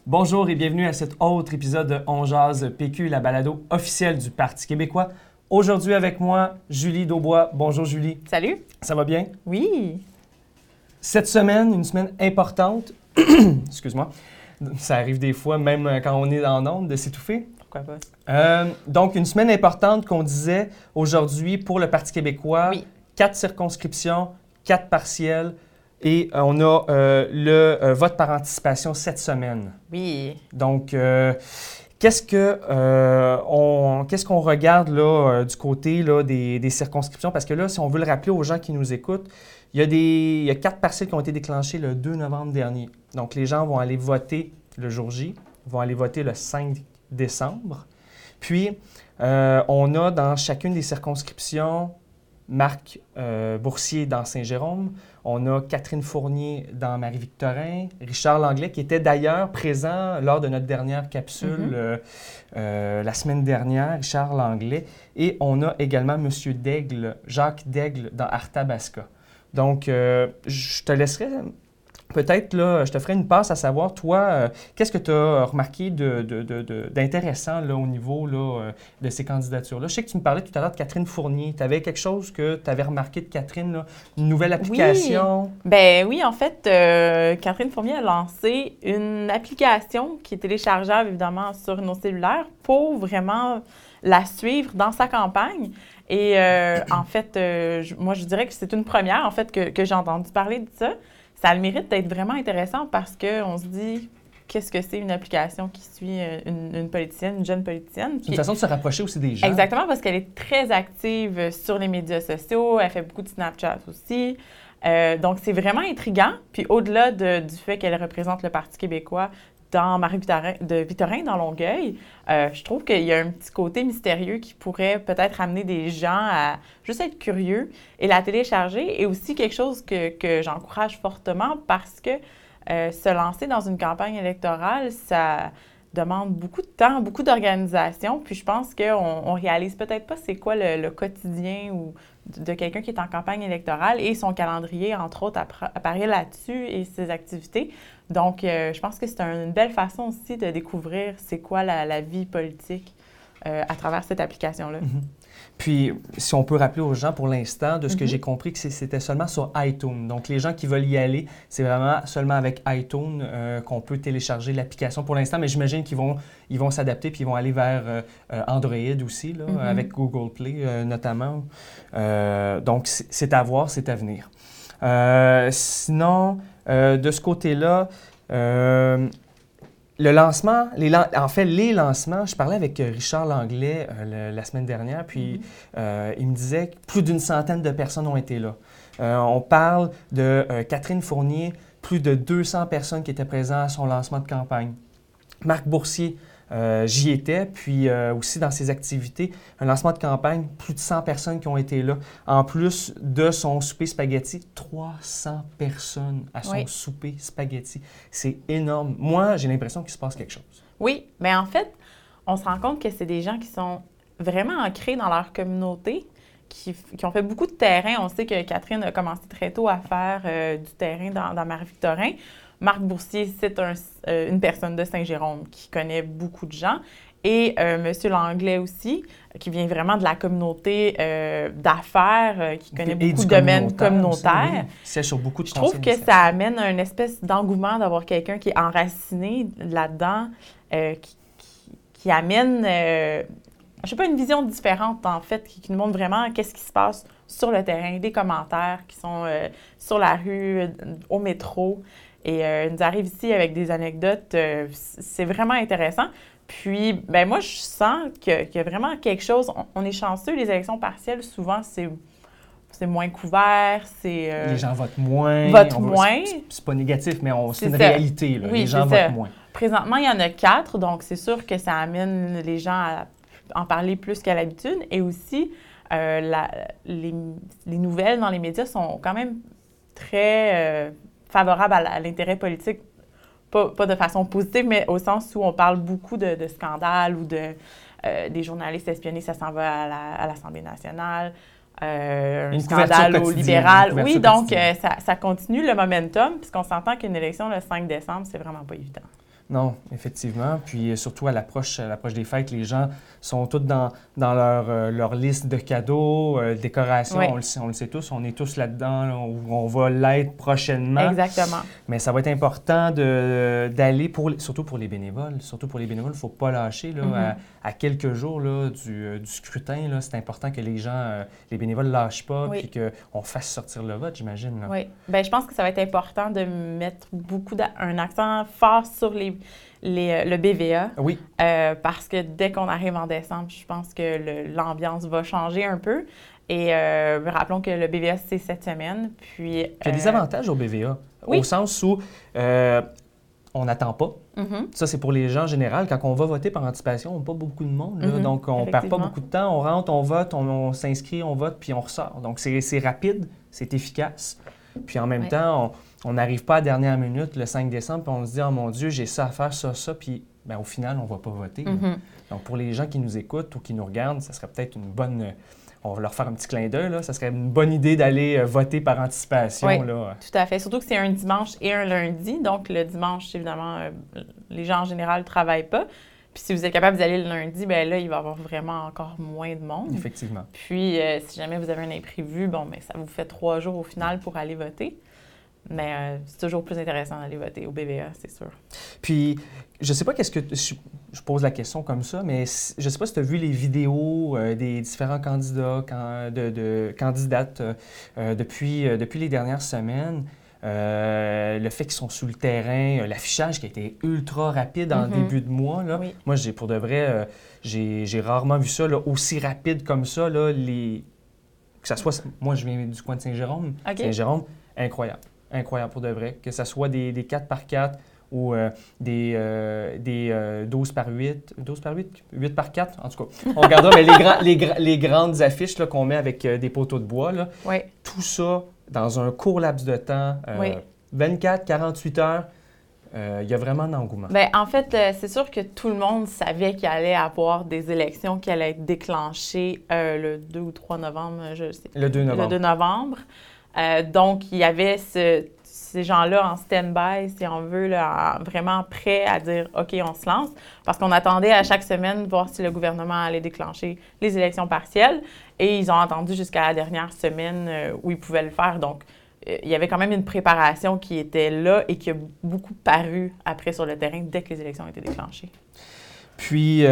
Bonjour et bienvenue à cet autre épisode de On Jase PQ, la balado officielle du Parti québécois. Aujourd'hui avec moi, Julie Daubois. Bonjour Julie. Salut. Ça va bien? Oui. Cette semaine, une semaine importante. Excuse-moi. Ça arrive des fois, même quand on est en onde, de s'étouffer. Pourquoi pas? Donc, une semaine importante qu'on disait aujourd'hui pour le Parti québécois. Oui. 4 circonscriptions, 4 partiels. Et on a le vote par anticipation cette semaine. Oui. Donc, qu'est-ce qu'on regarde là, du côté là, des circonscriptions? Parce que là, si on veut le rappeler aux gens qui nous écoutent, il y a 4 partiels qui ont été déclenchés le 2 novembre dernier. Donc, les gens vont aller voter le jour J, vont aller voter le 5 décembre. Puis, on a dans chacune des circonscriptions Marc Boursier dans Saint-Jérôme, on a Catherine Fournier dans Marie-Victorin, Richard Langlais qui était d'ailleurs présent lors de notre dernière capsule la semaine dernière, Richard Langlais, et on a également M. Daigle, Jacques Daigle dans Arthabasca. Donc, je te laisserai peut-être, là, je te ferai une passe à savoir, toi, qu'est-ce que tu as remarqué d'intéressant là, au niveau là, de ces candidatures-là? Je sais que tu me parlais tout à l'heure de Catherine Fournier. Tu avais quelque chose que tu avais remarqué de Catherine, là, une nouvelle application? Oui, en fait, Catherine Fournier a lancé une application qui est téléchargeable, évidemment, sur nos cellulaires pour vraiment la suivre dans sa campagne. Et en fait, moi, je dirais que c'est une première, en fait, que j'ai entendu parler de ça. Ça a le mérite d'être vraiment intéressant parce qu'on se dit, qu'est-ce que c'est une application qui suit une politicienne, une jeune politicienne? C'est une façon de se rapprocher aussi des gens. Exactement, parce qu'elle est très active sur les médias sociaux. Elle fait beaucoup de Snapchat aussi. Donc, c'est vraiment intriguant. Puis, au-delà du fait qu'elle représente le Parti québécois dans Marie-Victorin, dans Longueuil, je trouve qu'il y a un petit côté mystérieux qui pourrait peut-être amener des gens à juste être curieux et la télécharger. Et aussi quelque chose que j'encourage fortement parce que se lancer dans une campagne électorale, ça demande beaucoup de temps, beaucoup d'organisation. Puis je pense qu'on réalise peut-être pas c'est quoi le quotidien ou de quelqu'un qui est en campagne électorale et son calendrier, entre autres, apparaît là-dessus et ses activités. Donc, je pense que c'est une belle façon aussi de découvrir c'est quoi la vie politique à travers cette application-là. Mm-hmm. Puis, si on peut rappeler aux gens pour l'instant, de ce que j'ai compris, que c'était seulement sur iTunes. Donc, les gens qui veulent y aller, c'est vraiment seulement avec iTunes qu'on peut télécharger l'application pour l'instant. Mais j'imagine qu'ils vont s'adapter puis ils vont aller vers Android aussi, là, avec Google Play notamment. Donc, c'est à voir, c'est à venir. Sinon, de ce côté-là, le lancement, les lancements, je parlais avec Richard Langlais la semaine dernière, puis il me disait que plus d'une centaine de personnes ont été là. On parle de Catherine Fournier, plus de 200 personnes qui étaient présentes à son lancement de campagne. Marc Boursier, j'y étais, puis aussi dans ses activités, un lancement de campagne, plus de 100 personnes qui ont été là. En plus de son souper spaghetti, 300 personnes à son souper spaghetti. C'est énorme. Moi, j'ai l'impression qu'il se passe quelque chose. Oui, mais en fait, on se rend compte que c'est des gens qui sont vraiment ancrés dans leur communauté, qui ont fait beaucoup de terrain. On sait que Catherine a commencé très tôt à faire du terrain dans Marie-Victorin. Marc Boursier, c'est une personne de Saint-Jérôme qui connaît beaucoup de gens. Et M. Langlais aussi, qui vient vraiment de la communauté d'affaires, qui connaît beaucoup de domaines communautaires. C'est sur beaucoup de Je trouve que ça amène une espèce d'engouement d'avoir quelqu'un qui est enraciné là-dedans, qui amène, je sais pas, une vision différente, en fait, qui nous montre vraiment qu'est-ce qui se passe sur le terrain, des commentaires qui sont sur la rue, au métro. Et il nous arrive ici avec des anecdotes. C'est vraiment intéressant. Puis, ben moi, je sens qu'il y a vraiment quelque chose. On est chanceux, les élections partielles, souvent, c'est moins couvert. Les gens votent moins. C'est pas négatif, mais c'est une réalité. Là. Oui, les gens votent moins. Présentement, il y en a 4, donc c'est sûr que ça amène les gens à en parler plus qu'à l'habitude. Et aussi, les nouvelles dans les médias sont quand même très favorables à l'intérêt politique. Pas de façon positive, mais au sens où on parle beaucoup de scandales ou des journalistes espionnés, ça s'en va à l'Assemblée nationale. Un scandale au libéral. Oui, donc ça continue le momentum, puisqu'on s'entend qu'une élection le 5 décembre, c'est vraiment pas évident. Non, effectivement. Puis surtout à l'approche des fêtes, les gens sont tous dans leur liste de cadeaux, décorations. Oui. On le sait tous, on est tous là-dedans, là, où on va l'être prochainement. Exactement. Mais ça va être important d'aller, surtout pour les bénévoles. Surtout pour les bénévoles, il ne faut pas lâcher. Là, à quelques jours là, du scrutin, là, c'est important que les gens, les bénévoles ne lâchent pas Oui. puis qu'on fasse sortir le vote, j'imagine. Là. Oui. Bien, je pense que ça va être important de mettre un accent fort sur le BVA. Oui. Parce que dès qu'on arrive en décembre, je pense que l'ambiance va changer un peu. Et rappelons que le BVA, c'est cette semaine. Puis, il y a des avantages au BVA, oui. Au sens où on n'attend pas. Ça, c'est pour les gens en général. Quand on va voter par anticipation, on n'a pas beaucoup de monde. Là, donc, on ne perd pas beaucoup de temps. On rentre, on vote, on s'inscrit, on vote, puis on ressort. Donc, c'est rapide, c'est efficace. Puis en même temps, on n'arrive pas à la dernière minute, le 5 décembre, puis on se dit « Oh mon Dieu, j'ai ça à faire, ça. » Puis bien, au final, on ne va pas voter. Donc, pour les gens qui nous écoutent ou qui nous regardent, ça serait peut-être une bonne... On va leur faire un petit clin d'œil, là. Ça serait une bonne idée d'aller voter par anticipation. Oui, là. Tout à fait. Surtout que c'est un dimanche et un lundi. Donc, le dimanche, évidemment, les gens en général ne travaillent pas. Puis, si vous êtes capable d'y aller le lundi, bien là, il va y avoir vraiment encore moins de monde. Effectivement. Puis, si jamais vous avez un imprévu, bon, bien, ça vous fait 3 jours au final pour aller voter. Mais c'est toujours plus intéressant d'aller voter au BVA, c'est sûr. Puis, je ne sais pas qu'est-ce que... Je pose la question comme ça, mais je ne sais pas si tu as vu les vidéos des différents candidats, candidates depuis les dernières semaines. Le fait qu'ils sont sur le terrain, l'affichage qui a été ultra rapide en début de mois. Là. Oui. Moi, pour de vrai, j'ai rarement vu ça là, aussi rapide comme ça. Là, que ça soit... Moi, je viens du coin de Saint-Jérôme. Okay. Saint-Jérôme, incroyable. Incroyable pour de vrai. Que ça soit des 4x4 ou des 12 par 8, 12 par 8, 8 par 4, en tout cas. On regardera, mais les grandes affiches là, qu'on met avec des poteaux de bois, là, tout ça dans un court laps de temps, 24, 48 heures, il y a vraiment un engouement. Bien, en fait, c'est sûr que tout le monde savait qu'il allait avoir des élections qui allaient être déclenchées le 2 ou 3 novembre, je sais. Le 2 novembre. Le 2 novembre. Donc, il y avait ces gens-là en stand-by, si on veut, là, vraiment prêts à dire « OK, on se lance », parce qu'on attendait à chaque semaine voir si le gouvernement allait déclencher les élections partielles, et ils ont attendu jusqu'à la dernière semaine où ils pouvaient le faire. Donc, il y avait quand même une préparation qui était là et qui a beaucoup paru après sur le terrain dès que les élections ont été déclenchées. Puis...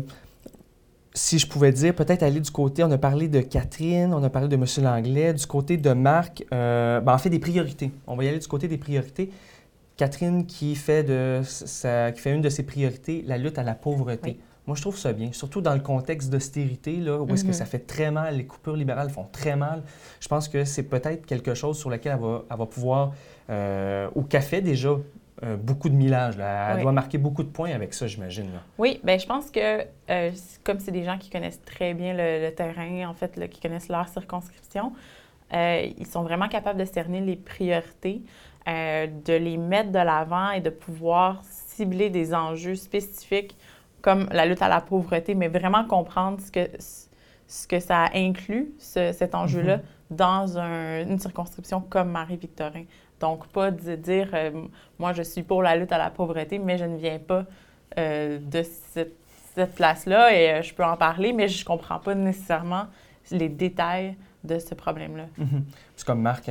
si je pouvais dire, peut-être aller du côté, on a parlé de Catherine, on a parlé de M. Langlais, du côté de Marc, en fait des priorités. On va y aller du côté des priorités. Catherine qui fait une de ses priorités, la lutte à la pauvreté. Oui. Moi, je trouve ça bien, surtout dans le contexte d'austérité, là, où est-ce que ça fait très mal, les coupures libérales font très mal. Je pense que c'est peut-être quelque chose sur lequel elle va pouvoir, ou qu'elle fait déjà, beaucoup de millage. Là. Elle doit marquer beaucoup de points avec ça, j'imagine. Là. Oui, bien, je pense que comme c'est des gens qui connaissent très bien le terrain, en fait, là, qui connaissent leur circonscription, ils sont vraiment capables de cerner les priorités, de les mettre de l'avant et de pouvoir cibler des enjeux spécifiques comme la lutte à la pauvreté, mais vraiment comprendre ce que ça inclut, cet enjeu-là, dans une circonscription comme Marie-Victorin. Donc, pas de dire moi, je suis pour la lutte à la pauvreté, mais je ne viens pas de cette place-là et je peux en parler, mais je ne comprends pas nécessairement les détails de ce problème-là. C'est comme Marc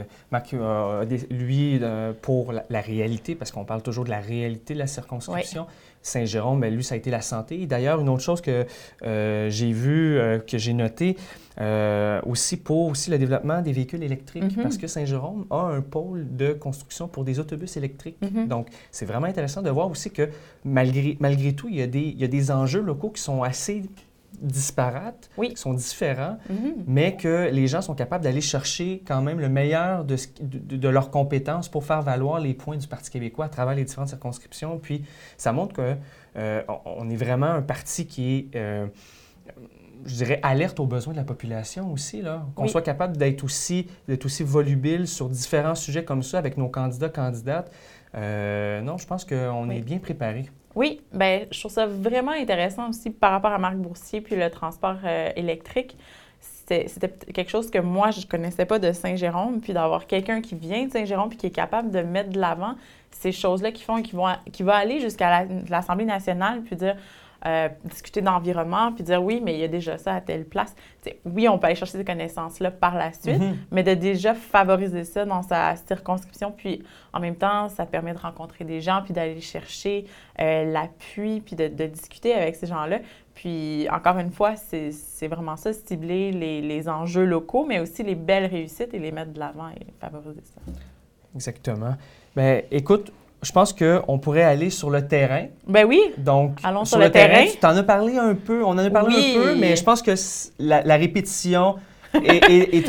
lui, pour la réalité, parce qu'on parle toujours de la réalité de la circonscription. Oui. Saint-Jérôme, bien, lui, ça a été la santé. D'ailleurs, une autre chose que j'ai vue, que j'ai notée, aussi pour le développement des véhicules électriques, parce que Saint-Jérôme a un pôle de construction pour des autobus électriques. Donc, c'est vraiment intéressant de voir aussi que malgré tout, il y a des enjeux locaux qui sont assez disparates, qui sont différents, mais que les gens sont capables d'aller chercher quand même le meilleur de leurs compétences pour faire valoir les points du Parti québécois à travers les différentes circonscriptions. Puis, ça montre qu'on est vraiment un parti qui est, je dirais, alerte aux besoins de la population aussi, là. Qu'on soit capable d'être aussi volubile sur différents sujets comme ça avec nos candidats, candidates. Non, je pense qu'on est bien préparés. Oui, bien, je trouve ça vraiment intéressant aussi par rapport à Marc Boursier puis le transport électrique. c'était quelque chose que moi, je ne connaissais pas de Saint-Jérôme, puis d'avoir quelqu'un qui vient de Saint-Jérôme puis qui est capable de mettre de l'avant ces choses-là qui va aller jusqu'à l'Assemblée nationale puis dire, discuter d'environnement puis dire oui, mais il y a déjà ça à telle place. T'sais, oui, on peut aller chercher ces connaissances-là par la suite, mais de déjà favoriser ça dans sa circonscription, puis en même temps, ça permet de rencontrer des gens puis d'aller chercher l'appui puis de discuter avec ces gens-là. Puis, encore une fois, c'est vraiment ça, cibler les enjeux locaux, mais aussi les belles réussites et les mettre de l'avant et favoriser ça. Exactement. Bien, écoute, je pense qu'on pourrait aller sur le terrain. Ben oui, donc allons sur le terrain. Tu t'en as parlé un peu, on en a parlé un peu, mais je pense que la répétition est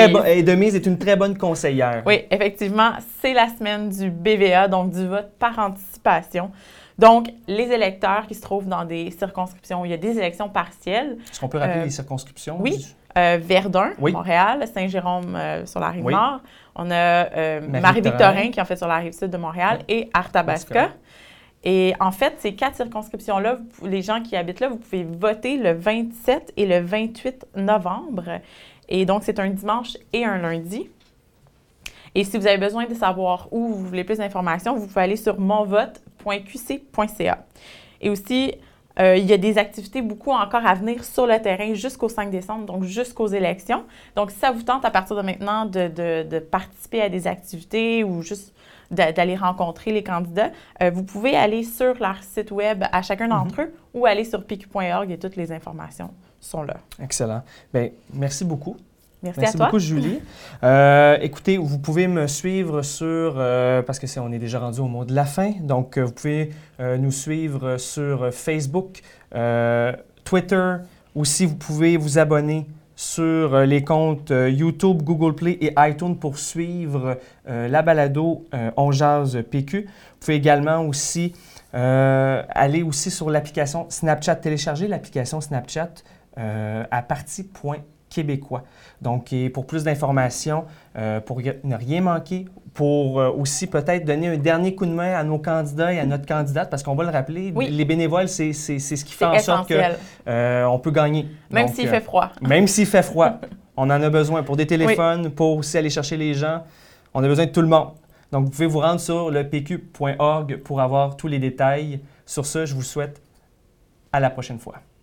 une très bonne conseillère. Oui, effectivement, c'est la semaine du BVA, donc du vote par anticipation. Donc, les électeurs qui se trouvent dans des circonscriptions où il y a des élections partielles. Est-ce qu'on peut rappeler les circonscriptions? Oui. Verdun, Montréal, Saint-Jérôme sur la Rive-Nord. On a Marie-Victorin qui en fait sur la Rive-Sud de Montréal et Arthabasca. Et en fait, ces 4 circonscriptions-là, les gens qui habitent là, vous pouvez voter le 27 et le 28 novembre. Et donc, c'est un dimanche et un lundi. Et si vous avez besoin de savoir où vous voulez plus d'informations, vous pouvez aller sur monvote.qc.ca. Et aussi, il y a des activités beaucoup encore à venir sur le terrain jusqu'au 5 décembre, donc jusqu'aux élections. Donc, si ça vous tente à partir de maintenant de participer à des activités ou juste d'aller rencontrer les candidats, vous pouvez aller sur leur site web à chacun d'entre eux ou aller sur pq.org et toutes les informations sont là. Excellent. Bien, merci beaucoup. Merci à toi. Beaucoup, Julie. Écoutez, vous pouvez me suivre sur, parce que on est déjà rendu au mot de la fin, donc vous pouvez nous suivre sur Facebook, Twitter. Aussi, vous pouvez vous abonner sur les comptes YouTube, Google Play et iTunes pour suivre la balado On Jase PQ. Vous pouvez également aussi aller aussi sur l'application Snapchat, télécharger l'application Snapchat à parti.québécois. Donc, et pour plus d'informations, pour ne rien manquer, pour aussi peut-être donner un dernier coup de main à nos candidats et à notre candidate, parce qu'on va le rappeler, les bénévoles, c'est ce qui fait en sorte qu'on peut gagner. Même s'il fait froid. Même s'il fait froid. On en a besoin pour des téléphones, pour aussi aller chercher les gens. On a besoin de tout le monde. Donc, vous pouvez vous rendre sur le pq.org pour avoir tous les détails. Sur ce, je vous souhaite à la prochaine fois.